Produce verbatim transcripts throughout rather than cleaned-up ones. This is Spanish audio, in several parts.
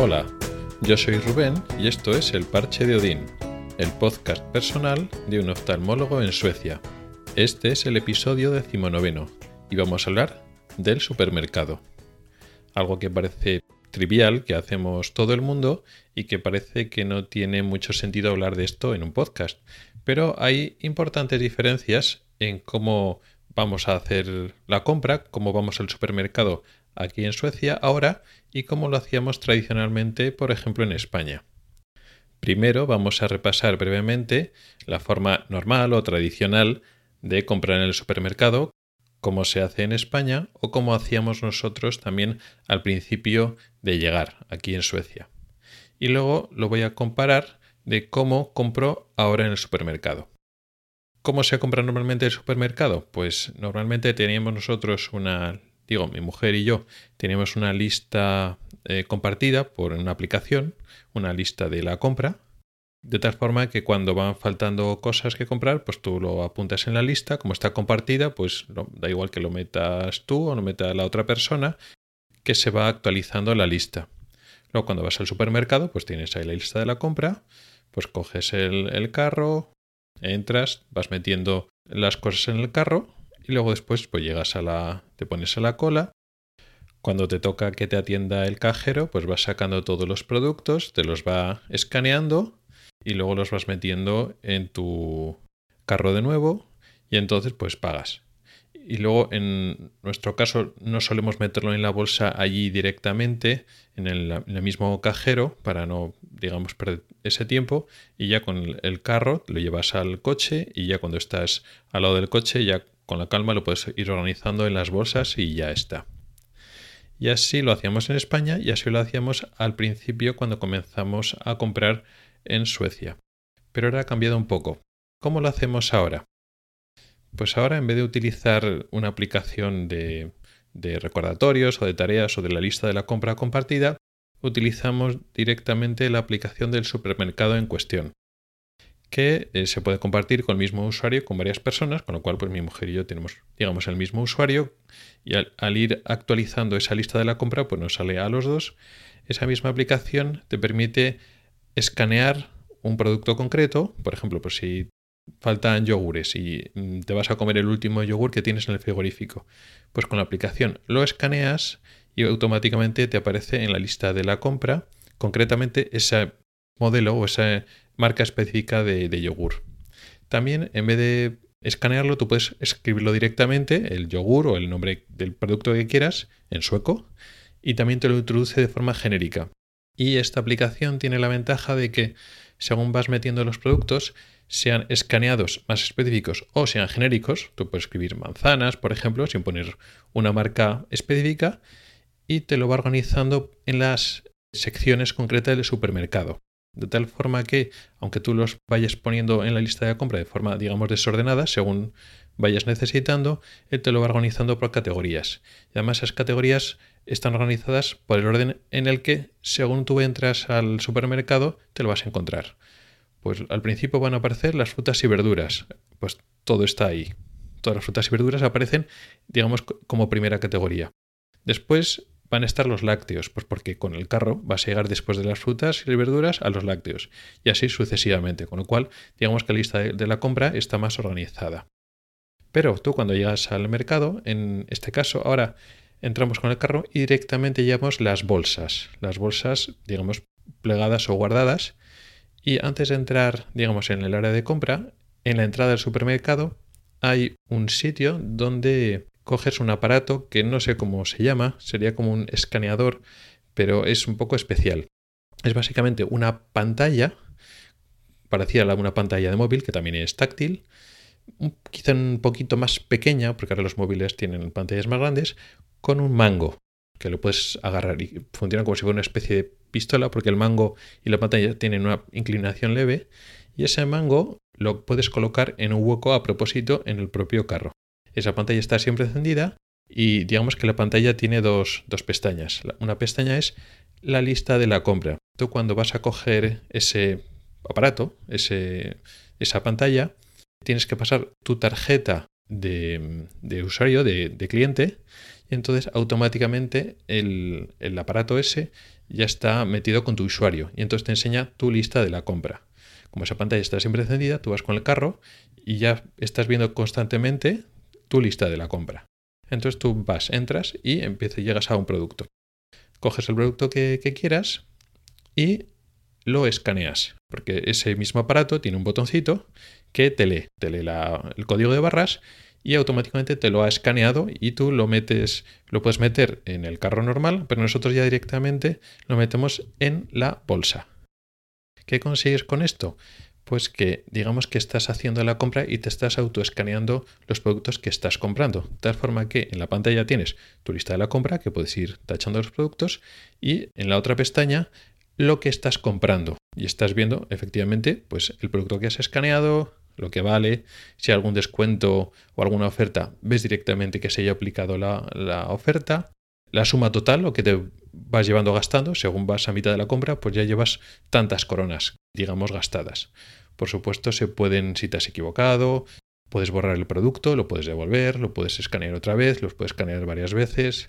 Hola, yo soy Rubén y esto es El Parche de Odín, el podcast personal de un oftalmólogo en Suecia. Este es el episodio decimonoveno y vamos a hablar del supermercado. Algo que parece trivial, que hacemos todo el mundo y que parece que no tiene mucho sentido hablar de esto en un podcast. Pero hay importantes diferencias en cómo vamos a hacer la compra, cómo vamos al supermercado aquí en Suecia ahora y cómo lo hacíamos tradicionalmente, por ejemplo, en España. Primero vamos a repasar brevemente la forma normal o tradicional de comprar en el supermercado, cómo se hace en España o cómo hacíamos nosotros también al principio de llegar aquí en Suecia. Y luego lo voy a comparar de cómo compro ahora en el supermercado. ¿Cómo se compra normalmente en el supermercado? Pues normalmente teníamos nosotros una, digo, mi mujer y yo teníamos una lista eh, compartida por una aplicación, una lista de la compra, de tal forma que cuando van faltando cosas que comprar, pues tú lo apuntas en la lista, como está compartida, pues lo, da igual que lo metas tú o lo meta la otra persona, que se va actualizando la lista. Luego cuando vas al supermercado, pues tienes ahí la lista de la compra, pues coges el, el carro, entras, vas metiendo las cosas en el carro y luego después pues llegas a la, te pones a la cola. Cuando te toca que te atienda el cajero, pues vas sacando todos los productos, te los va escaneando y luego los vas metiendo en tu carro de nuevo y entonces pues pagas. Y luego en nuestro caso no solemos meterlo en la bolsa allí directamente, en el, en el mismo cajero, para no, digamos, perder ese tiempo, y ya con el, el carro lo llevas al coche y ya cuando estás al lado del coche ya con la calma lo puedes ir organizando en las bolsas y ya está. Y así lo hacíamos en España y así lo hacíamos al principio cuando comenzamos a comprar en Suecia. Pero ahora ha cambiado un poco. ¿Cómo lo hacemos ahora? Pues ahora en vez de utilizar una aplicación de, de recordatorios o de tareas o de la lista de la compra compartida, utilizamos directamente la aplicación del supermercado en cuestión, que eh, se puede compartir con el mismo usuario con varias personas, con lo cual pues mi mujer y yo tenemos, digamos, el mismo usuario y al, al ir actualizando esa lista de la compra pues nos sale a los dos. Esa misma aplicación te permite escanear un producto concreto, por ejemplo, pues si faltan yogures y te vas a comer el último yogur que tienes en el frigorífico, pues con la aplicación lo escaneas y automáticamente te aparece en la lista de la compra concretamente ese modelo o esa marca específica de, de yogur. También en vez de escanearlo tú puedes escribirlo directamente, el yogur o el nombre del producto que quieras en sueco, y también te lo introduce de forma genérica. Y esta aplicación tiene la ventaja de que según vas metiendo los productos, sean escaneados más específicos o sean genéricos, tú puedes escribir manzanas, por ejemplo, sin poner una marca específica, y te lo va organizando en las secciones concretas del supermercado. De tal forma que, aunque tú los vayas poniendo en la lista de compra de forma, digamos, desordenada, según vayas necesitando, él te lo va organizando por categorías. Y además esas categorías están organizadas por el orden en el que, según tú entras al supermercado, te lo vas a encontrar. Pues al principio van a aparecer las frutas y verduras. Pues todo está ahí. Todas las frutas y verduras aparecen, digamos, como primera categoría. Después van a estar los lácteos, pues porque con el carro vas a llegar después de las frutas y verduras a los lácteos. Y así sucesivamente. Con lo cual, digamos que la lista de la compra está más organizada. Pero tú cuando llegas al mercado, en este caso, ahora entramos con el carro y directamente llevamos las bolsas. Las bolsas, digamos, plegadas o guardadas. Y antes de entrar, digamos, en el área de compra, en la entrada del supermercado hay un sitio donde coges un aparato que no sé cómo se llama, sería como un escaneador, pero es un poco especial. Es básicamente una pantalla, parecida a una pantalla de móvil, que también es táctil, un, quizá un poquito más pequeña, porque ahora los móviles tienen pantallas más grandes, con un mango, que lo puedes agarrar y funciona como si fuera una especie de pistola porque el mango y la pantalla tienen una inclinación leve y ese mango lo puedes colocar en un hueco a propósito en el propio carro. Esa pantalla está siempre encendida y digamos que la pantalla tiene dos, dos pestañas. Una pestaña es la lista de la compra. Tú cuando vas a coger ese aparato, ese, esa pantalla, tienes que pasar tu tarjeta de, de usuario, de, de cliente, y entonces automáticamente el, el aparato ese ya está metido con tu usuario y entonces te enseña tu lista de la compra. Como esa pantalla está siempre encendida, tú vas con el carro y ya estás viendo constantemente tu lista de la compra. Entonces tú vas, entras y empiezas, llegas a un producto. Coges el producto que, que quieras y lo escaneas, porque ese mismo aparato tiene un botoncito que te lee, te lee la, el código de barras y automáticamente te lo ha escaneado y tú lo metes, lo puedes meter en el carro normal, pero nosotros ya directamente lo metemos en la bolsa. ¿Qué consigues con esto? Pues que digamos que estás haciendo la compra y te estás autoescaneando los productos que estás comprando. De tal forma que en la pantalla tienes tu lista de la compra, que puedes ir tachando los productos, y en la otra pestaña lo que estás comprando. Y estás viendo efectivamente pues el producto que has escaneado, lo que vale, si hay algún descuento o alguna oferta, ves directamente que se haya aplicado la, la oferta. La suma total, lo que te vas llevando gastando, según vas a mitad de la compra, pues ya llevas tantas coronas, digamos, gastadas. Por supuesto, se pueden, si te has equivocado, puedes borrar el producto, lo puedes devolver, lo puedes escanear otra vez, lo puedes escanear varias veces.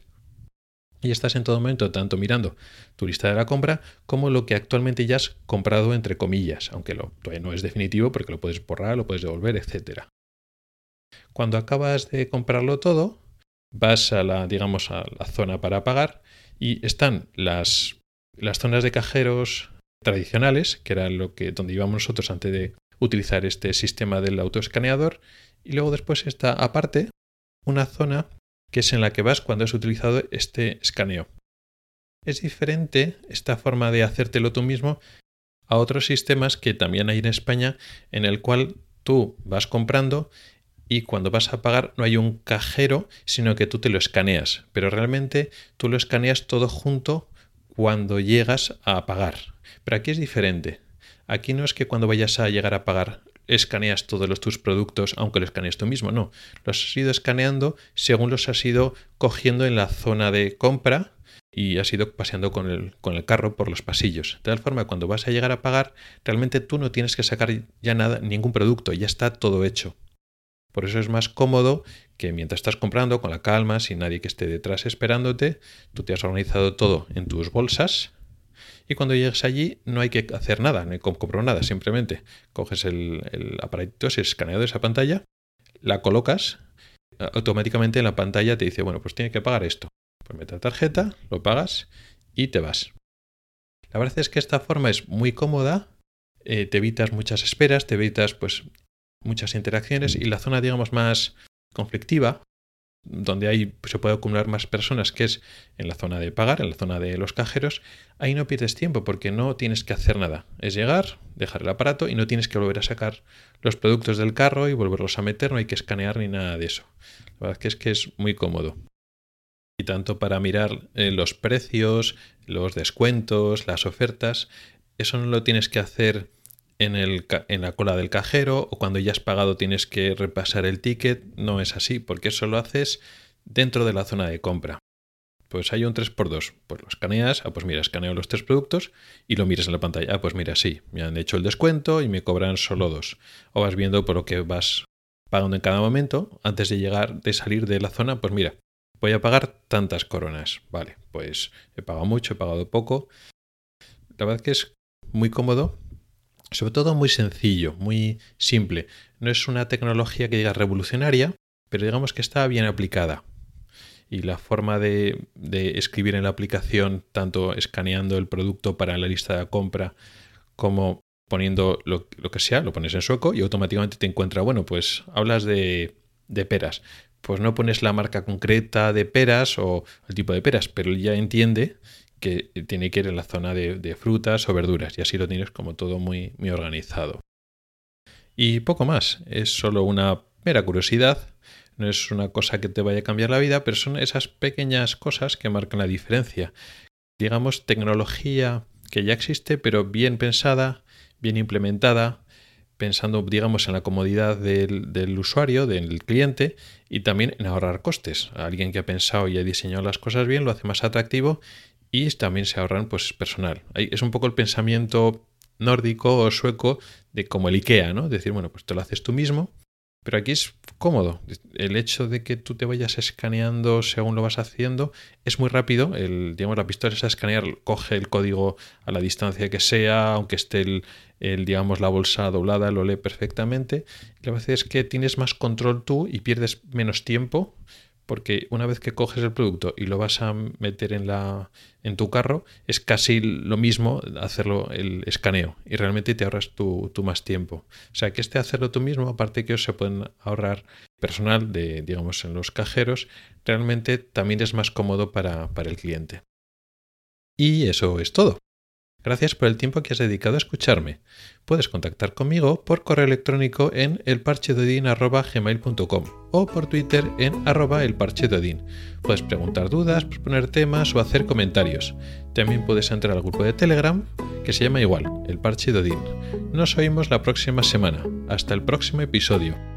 Y estás en todo momento tanto mirando tu lista de la compra como lo que actualmente ya has comprado entre comillas, aunque lo, todavía no es definitivo porque lo puedes borrar, lo puedes devolver, etcétera. Cuando acabas de comprarlo todo, vas a la, digamos, a la zona para pagar y están las, las zonas de cajeros tradicionales, que era lo que, donde íbamos nosotros antes de utilizar este sistema del autoescaneador, y luego después está aparte una zona que es en la que vas cuando has utilizado este escaneo. Es diferente esta forma de hacértelo tú mismo a otros sistemas que también hay en España, en el cual tú vas comprando y cuando vas a pagar no hay un cajero, sino que tú te lo escaneas. Pero realmente tú lo escaneas todo junto cuando llegas a pagar. Pero aquí es diferente. Aquí no es que cuando vayas a llegar a pagar escaneas todos los, tus productos, aunque lo escanees tú mismo. No, los has ido escaneando según los has ido cogiendo en la zona de compra y has ido paseando con el, con el carro por los pasillos. De tal forma que cuando vas a llegar a pagar, realmente tú no tienes que sacar ya nada, ningún producto, ya está todo hecho. Por eso es más cómodo que mientras estás comprando con la calma, sin nadie que esté detrás esperándote, tú te has organizado todo en tus bolsas y cuando llegues allí no hay que hacer nada, no hay que comprar nada, simplemente coges el, el aparatito, ese escaneado de esa pantalla, la colocas, automáticamente en la pantalla te dice, bueno, pues tiene que pagar esto. Pues mete la tarjeta, lo pagas y te vas. La verdad es que esta forma es muy cómoda, eh, te evitas muchas esperas, te evitas pues muchas interacciones y la zona, digamos, más conflictiva, donde hay, pues, se puede acumular más personas, que es en la zona de pagar, en la zona de los cajeros, ahí no pierdes tiempo porque no tienes que hacer nada. Es llegar, dejar el aparato y no tienes que volver a sacar los productos del carro y volverlos a meter, no hay que escanear ni nada de eso. La verdad que es que es muy cómodo. Y tanto para mirar eh, los precios, los descuentos, las ofertas, eso no lo tienes que hacer En, el, en la cola del cajero o cuando ya has pagado tienes que repasar el ticket. No es así, porque eso lo haces dentro de la zona de compra. Pues hay un tres por dos, pues lo escaneas, ah, pues mira, escaneo los tres productos y lo miras en la pantalla, ah, pues mira, sí, me han hecho el descuento y me cobran solo dos. O vas viendo por lo que vas pagando en cada momento, antes de llegar, de salir de la zona, pues mira, voy a pagar tantas coronas, vale, pues he pagado mucho, he pagado poco. La verdad que es muy cómodo. Sobre todo muy sencillo, muy simple. No es una tecnología que diga revolucionaria, pero digamos que está bien aplicada. Y la forma de, de escribir en la aplicación, tanto escaneando el producto para la lista de compra como poniendo lo, lo que sea, lo pones en sueco y automáticamente te encuentra, bueno, pues hablas de, de peras. Pues no pones la marca concreta de peras o el tipo de peras, pero él ya entiende que tiene que ir en la zona de, de frutas o verduras y así lo tienes como todo muy, muy organizado. Y poco más, es solo una mera curiosidad, no es una cosa que te vaya a cambiar la vida, pero son esas pequeñas cosas que marcan la diferencia. Digamos, tecnología que ya existe, pero bien pensada, bien implementada, pensando, digamos, en la comodidad del, del usuario, del cliente, y también en ahorrar costes. Alguien que ha pensado y ha diseñado las cosas bien lo hace más atractivo y también se ahorran pues personal. Es un poco el pensamiento nórdico o sueco de como el IKEA, ¿no? Decir, bueno, pues te lo haces tú mismo Pero aquí es cómodo. El hecho de que tú te vayas escaneando según lo vas haciendo es muy rápido. El, digamos, la pistola esa escanear coge el código a la distancia que sea, aunque esté el, el, digamos, la bolsa doblada, lo lee perfectamente. Lo que hace es que tienes más control tú y pierdes menos tiempo, porque una vez que coges el producto y lo vas a meter en la en tu carro, es casi lo mismo hacerlo el escaneo y realmente te ahorras tu, tu más tiempo. O sea que este hacerlo tú mismo, aparte que os se pueden ahorrar personal de, digamos, en los cajeros, realmente también es más cómodo para, para el cliente. Y eso es todo. Gracias por el tiempo que has dedicado a escucharme. Puedes contactar conmigo por correo electrónico en elparchedeodin arroba gmail punto com o por Twitter en arroba elparchedeodin. Puedes preguntar dudas, proponer temas o hacer comentarios. También puedes entrar al grupo de Telegram que se llama igual, El Parche de Odín. Nos oímos la próxima semana. Hasta el próximo episodio.